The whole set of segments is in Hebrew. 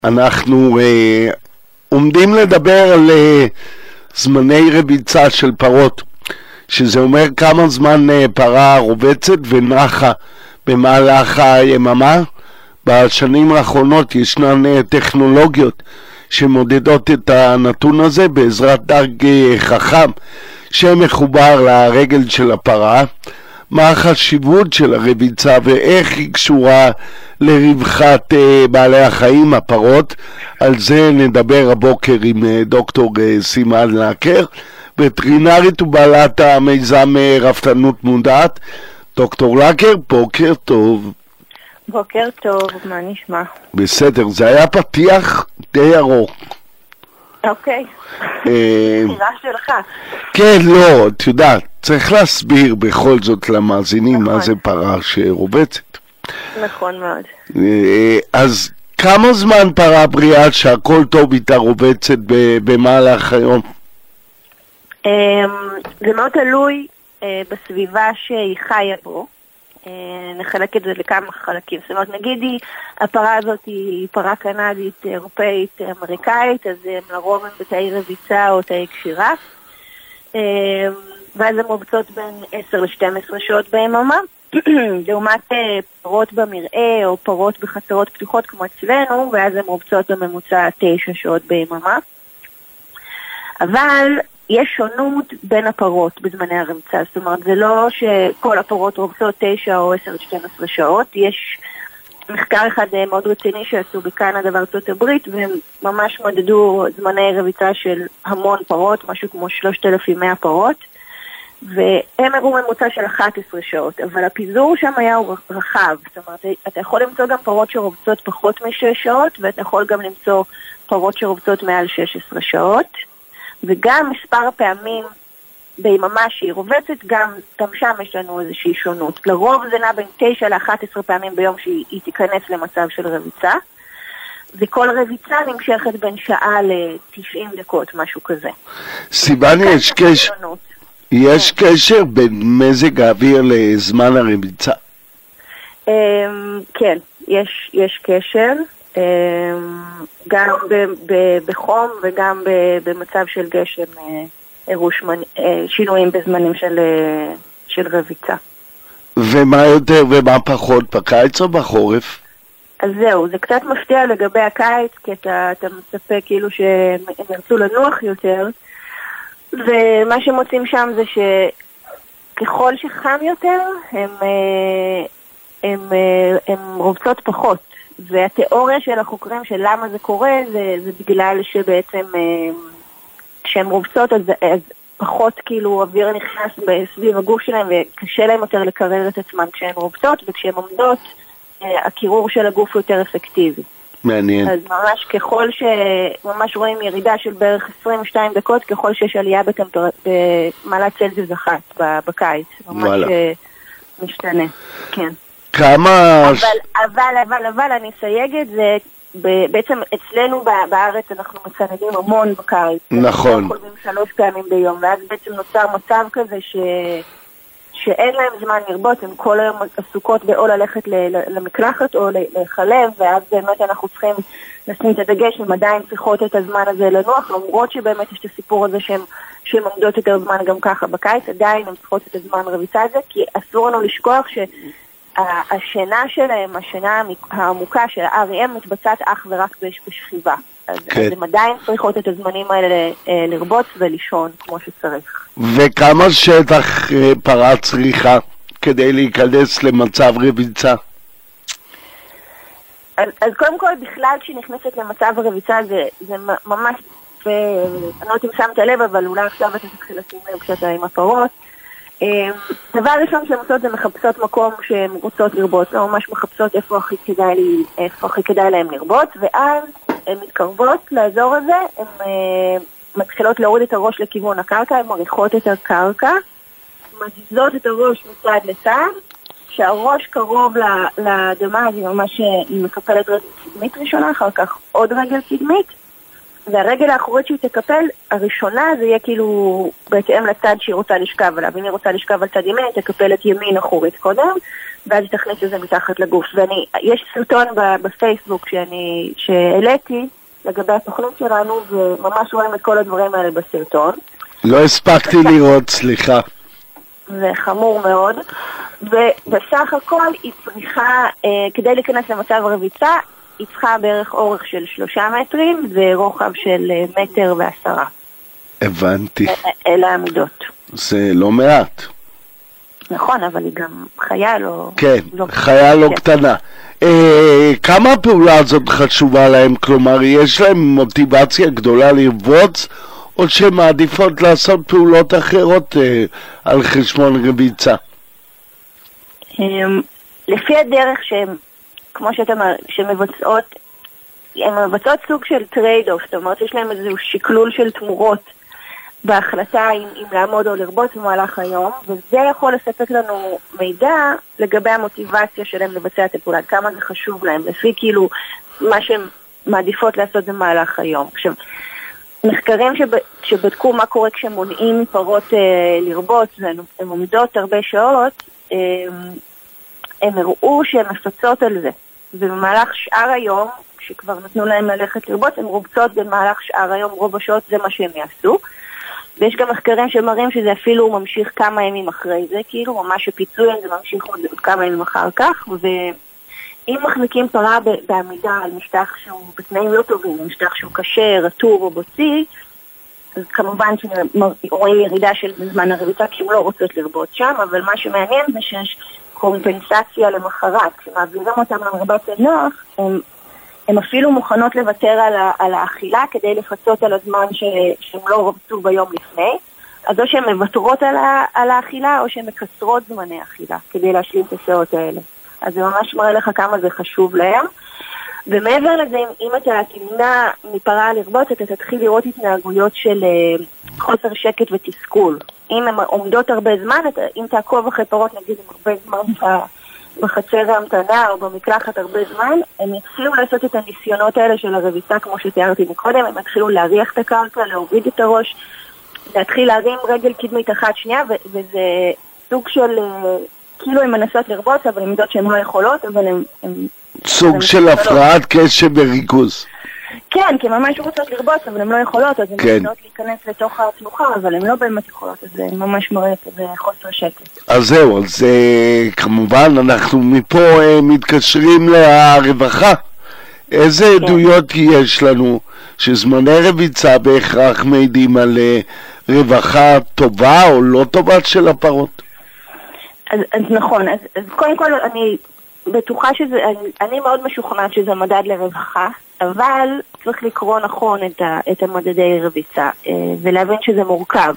אנחנו עומדים לדבר על זמני רביצה של פרות, שזה אומר כמה זמן פרה רובצת ונחה במהלך היממה. בשנים האחרונות ישנן טכנולוגיות שמודדות את הנתון הזה בעזרת דג חכם שמחובר לרגל של הפרה. מה החשיבות של הרביצה ואיך היא קשורה לרווחת בעלי החיים, הפרות? על זה נדבר הבוקר עם דוקטור סימה לקר, וטרינרית ובעלת המיזם רפתנות מודעת. דוקטור לקר, בוקר טוב. בוקר טוב, מה נשמע? בסדר, זה היה פתיח די ארוך. אוקיי, בחירה שלך. כן, לא, את יודעת, צריך להסביר בכל זאת למאזינים מה זה פרה שרובצת. נכון מאוד. אז כמה זמן פרה בריאה שהכל טוב איתה רובצת במהלך היום? זה מאוד תלוי בסביבה שהיא חיה בו. נחלק את זה לכמה חלקים. זאת אומרת, נגיד הפרה הזאת היא פרה קנדית, אירופאית, אמריקאית, אז הם לרוב הם בתאי רביצה או תאי קשירה, ואז הן רובצות בין 10 ל-12 שעות ביממה, לעומת פרות במרעה או פרות בחצרות פתוחות כמו אצלנו, ואז הן רובצות בממוצע 9 שעות ביממה. אבל יש שונות בין הפרות בזמני הרביצה, זאת אומרת, זה לא שכל הפרות רובצות 9 או 10-12 שעות, יש מחקר אחד מאוד רציני שעשו בקנדה וארצות הברית, והם ממש מדדו זמני רביצה של המון פרות, משהו כמו 3,100 פרות, והם הראו ממוצע של 11 שעות, אבל הפיזור שם היה רחב, זאת אומרת, אתה יכול למצוא גם פרות שרובצות פחות מ6 שעות, ואתה יכול גם למצוא פרות שרובצות מעל 16 שעות, וגם מספר הפעמים ביממה שהיא רובצת, גם שם יש לנו איזושהי שונות. לרוב זה נע בין 9 ל-11 פעמים ביום שהיא תיכנס למצב של רביצה, וכל רביצה נמשכת בין שעה ל-90 דקות, משהו כזה. סיבני, יש קשר בין מזג האוויר לזמן הרביצה? כן, יש קשר. גם בחום וגם במצב של גשם הראו שינויים בזמנים של רביצה. ומה יותר ומה פחות, בקיץ או בחורף? אז זהו, זה קצת מפתיע לגבי הקיץ, כי אתה מצפה כאילו שהם ירצו לנוח יותר, ומה שמוצאים שם זה שככל שחם יותר הם רובצות פחות. והתיאוריה של החוקרים של למה זה קורה, זה בגלל שבעצם כשהן רובצות אז פחות כאילו אוויר נכנס בסביב הגוף שלהם וקשה להם יותר לקרר את עצמם כשהן רובצות, וכשהן עומדות הקירור של הגוף יותר אפקטיבי. מעניין. אז ממש ככל שממש רואים ירידה של בערך 22 דקות ככל שיש עלייה במעלת צלזיוס אחת בקיץ. ממש משתנה, כן. כמה... אבל אני אסייג את זה, בעצם אצלנו בארץ אנחנו מצנדים המון בקיץ. נכון. אנחנו חולבים 3 פעמים ביום, ואז בעצם נוצר מצב כזה שאין להם זמן לרבות, הם כל היום עסוקות או ללכת למקלחת או לחלב, ואז באמת אנחנו צריכים לשים את הדגש, הם עדיין צריכות את הזמן הזה לנוח, למרות שבאמת יש את הסיפור הזה שהן עומדות יותר זמן גם ככה בקיץ, עדיין הן צריכות את הזמן רביצה הזה, כי אסור לנו לשכוח השינה שלהם, השינה העמוקה של ה-REM מתבצעת אך ורק בשכיבה. אז הם עדיין צריכות את הזמנים האלה לרבוץ ולישון כמו שצריך. וכמה שטח פרה צריכה כדי להיכנס למצב רביצה? אז קודם כל בכלל כשנכנסת למצב רביצה זה ממש, אני לא יודעת אם שמת לב, אבל אולי עכשיו אתה תתחיל לשים לב כשאתה עם הפרות. דבר ראשון שהן עושות זה מחפשות מקום שהן רוצות לרבוץ, לא ממש מחפשות איפה הכי כדאי להם לרבוץ, ואז הן מתקרבות לאזור הזה, הן מתחילות להוריד את הראש לכיוון הקרקע, הן מריחות את הקרקע, מזיזות את הראש מצד לצד, כשהראש קרוב לאדמה, אז היא ממש מקפלת רגל קדמית ראשונה, אחר כך עוד רגל קדמית, והרגל האחורית שהיא תקפל, הראשונה זה יהיה כאילו בהתאם לצד שהיא רוצה לשכב עליו. אם היא רוצה לשכב על צד ימין, היא תקפל את ימין אחורית קודם, ואז תכניס את זה מתחת לגוף. יש סרטון בפייסבוק שהעליתי לגבי התוכנית שלנו, וממש רואים את כל הדברים האלה בסרטון. לא הספקתי לראות, סליחה. זה חמור מאוד, ובסך הכל היא צריכה, כדי להיכנס למצב רביצה, היא צריכה בערך אורך של 3 מטרים ורוחב של 1.10 מטר. הבנתי. אלה העמידות. זה לא מעט. נכון, אבל היא גם חיה לא... כן, חיה לא קטנה. כמה הפעולה הזאת חשובה להם? כלומר, יש להם מוטיבציה גדולה לרבוץ, או שהן מעדיפות לעשות פעולות אחרות על חשבון רביצה? לפי הדרך שהן, כמו שאתה אומר, שהן מבצעות סוג של טרייד-אוף, זאת אומרת, יש להם איזשהו שקלול של תמורות בהחלטה אם לעמוד או לרבוץ במהלך היום, וזה יכול לספק לנו מידע לגבי המוטיבציה שלהם לבצע את הפעולה, כמה זה חשוב להם, לפי כאילו מה שהן מעדיפות לעשות במהלך היום. עכשיו, מחקרים שבדקו מה קורה כשמונעים מפרות לרבוץ, והן עומדות הרבה שעות, הם הראו שהן מפצות על זה. ובמהלך שאר היום, כשכבר נתנו להם ללכת לרבוץ, הן רובצות במהלך שאר היום, רוב השעות זה מה שהם יעשו. ויש גם מחקרים שמראים שזה אפילו ממשיך כמה ימים אחרי זה, כאילו ממש הפיצוי זה ממשיך עוד כמה ימים אחר כך, ואם מחזיקים פרה בעמידה על משטח שהוא בתנאים לא טובים, משטח שהוא קשה, רטוב או בוצי, אז כמובן שרואים ירידה של זמן הרביצה כי הם לא רוצות לרבוץ שם, אבל מה שמעניין זה שיש קומפנסציה למחרת, כשמעבירים אותם למרבץ הנוח, הם אפילו מוכנות לוותר על האכילה כדי לפצות על הזמן שהם לא רבצו ביום לפני. אז או שהן מוותרות על האכילה או שהן מקצרות זמני אכילה כדי להשלים את השעות האלה. אז זה ממש מראה לך כמה זה חשוב להם. ומעבר לזה, אם אתה תמנע מפרה לרבוץ, אתה תתחיל לראות התנהגויות של חוסר שקט ותסכול. אם הן עומדות הרבה זמן, אם תעקוב אחרי פרות, נגיד עם הרבה זמן בחצר ההמתנה או במקלחת הרבה זמן, הם יתחילו לעשות את הניסיונות האלה של הרביצה, כמו שתיארתי מקודם, הם יתחילו להריח את הקרקע, להוריד את הראש, להתחיל להרים רגל קדמית אחת שנייה, וזה סוג של, כאילו הן מנסות לרבוץ, אבל הן יודעות שהן לא יכולות, אבל הן סוג של הפרעת קשב וריכוז. כן, כי ממש רוצות לרבוץ, אבל הן לא יכולות, אז הן יכולות להיכנס לתוך התנוחה, אבל הן לא באמת יכולות, אז זה ממש מראה את זה חוסר שקט. אז זהו, אז כמובן אנחנו מפה מתקשרים לרווחה. איזה עדויות יש לנו שזמני רביצה בהכרח מעידים על רווחה טובה או לא טובה של הפרות? אז נכון, אז קודם כל אני בטוחה אני מאוד משוכנעת שזה מדד לרווחה, אבל צריך לקרוא נכון את המדדי רביצה ולהבין שזה מורכב.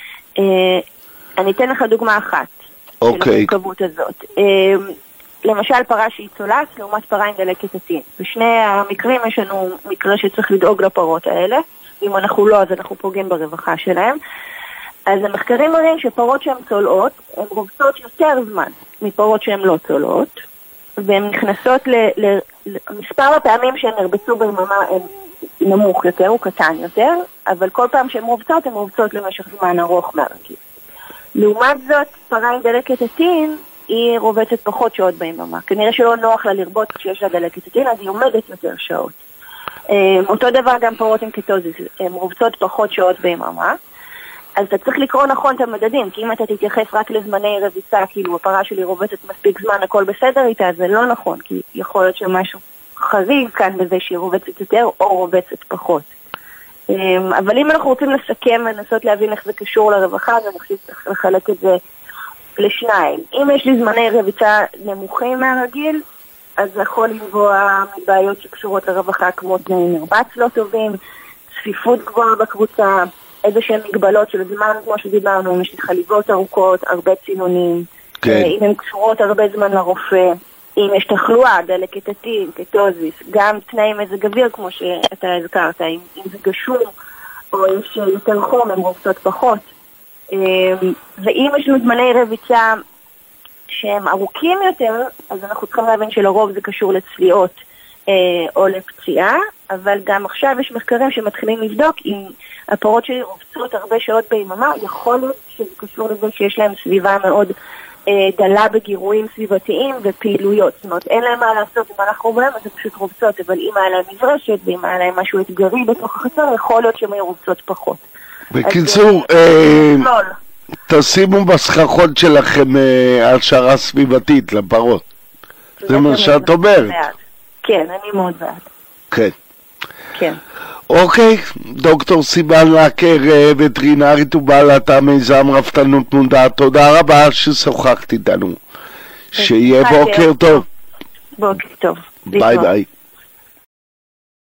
אני אתן לך דוגמה אחת של המורכבות הזאת. למשל פרה שהיא צולעת לעומת פרה עם דלקת עתין. בשני המקרים יש לנו מקרה שצריך לדאוג לפרות האלה. אם אנחנו לא, אז אנחנו פוגעים ברווחה שלהם. אז המחקרים מראים שפרות שהן צולעות, הן רובצות יותר זמן מפרות שהן לא צולעות, והן נכנסות למספר הפעמים שהן הרבצו ביממה נמוך יותר, הוא קטן יותר, אבל כל פעם שהן רובצות, הן רובצות למשך זמן ארוך מהרגיל. לעומת זאת, פרה עם דלקת עתין, היא רובצת פחות שעות ביממה. כנראה שלא נוח לה לרבוץ כשיש לה דלקת עתין, אז היא עומדת יותר שעות. אותו דבר גם פרות עם קיטוזיס, הן רובצות פחות שעות ביממה. אז אתה צריך לקרוא נכון את המדדים, כי אם אתה תתייחס רק לזמני רביצה, כאילו הפרה שלי רובצת מספיק זמן, הכל בסדר איתה, זה לא נכון, כי יכול להיות שמשהו חריג כאן בזה שהיא רובצת יותר או רובצת פחות. אבל אם אנחנו רוצים לסכם ולנסות להבין איך זה קשור לרווחה, אז אני חושבת צריך לחלק את זה לשניים. אם יש לי זמני רביצה נמוכים מהרגיל, אז זה יכול לנבוע מבעיות שקשורות לרווחה, כמו תנאי מרבץ לא טובים, צפיפות גבוהה בקבוצה, איזה שהן מגבלות של זמן, כמו שדיברנו, אם יש לי חליבות ארוכות, הרבה צינונים, אם הן קשורות הרבה זמן לרופא, אם יש תחלואה, דלקת עתין, קיטוזיס, גם תנאי מזג אוויר, כמו שאתה הזכרת, אם זה גשום, או יש יותר חום, הן רובצות פחות. ואם יש לנו זמני רביצה שהם ארוכים יותר, אז אנחנו צריכים להבין שלרוב זה קשור לצליעות או לפציעה, אבל גם עכשיו יש מחקרים שמתחילים לבדוק אם הפרות שלי רובצות הרבה שעות ביממה, יכול להיות שזה קשור לזה שיש להם סביבה מאוד דלה בגירויים סביבתיים ופעילויות. זאת אומרת, אין להם מה לעשות במהלך רוב היום, אז הן פשוט רובצות, אבל אם היה להם מברשת ואם היה להם משהו אתגרי בתוך החצר, יכול להיות שהן היו רובצות פחות. בקיצור, תשימו בסככות שלכם העשרה סביבתית לפרות. זה מה שאת אומרת. כן, אני מאוד בעד. כן. כן. אוקיי, דוקטור סימן לקר, וטרינרית ובעלת המיזם רפתנות מודעת, תודה רבה ששוחחת איתנו. שיהיה בוקר טוב. בוקר טוב. ביי ביי.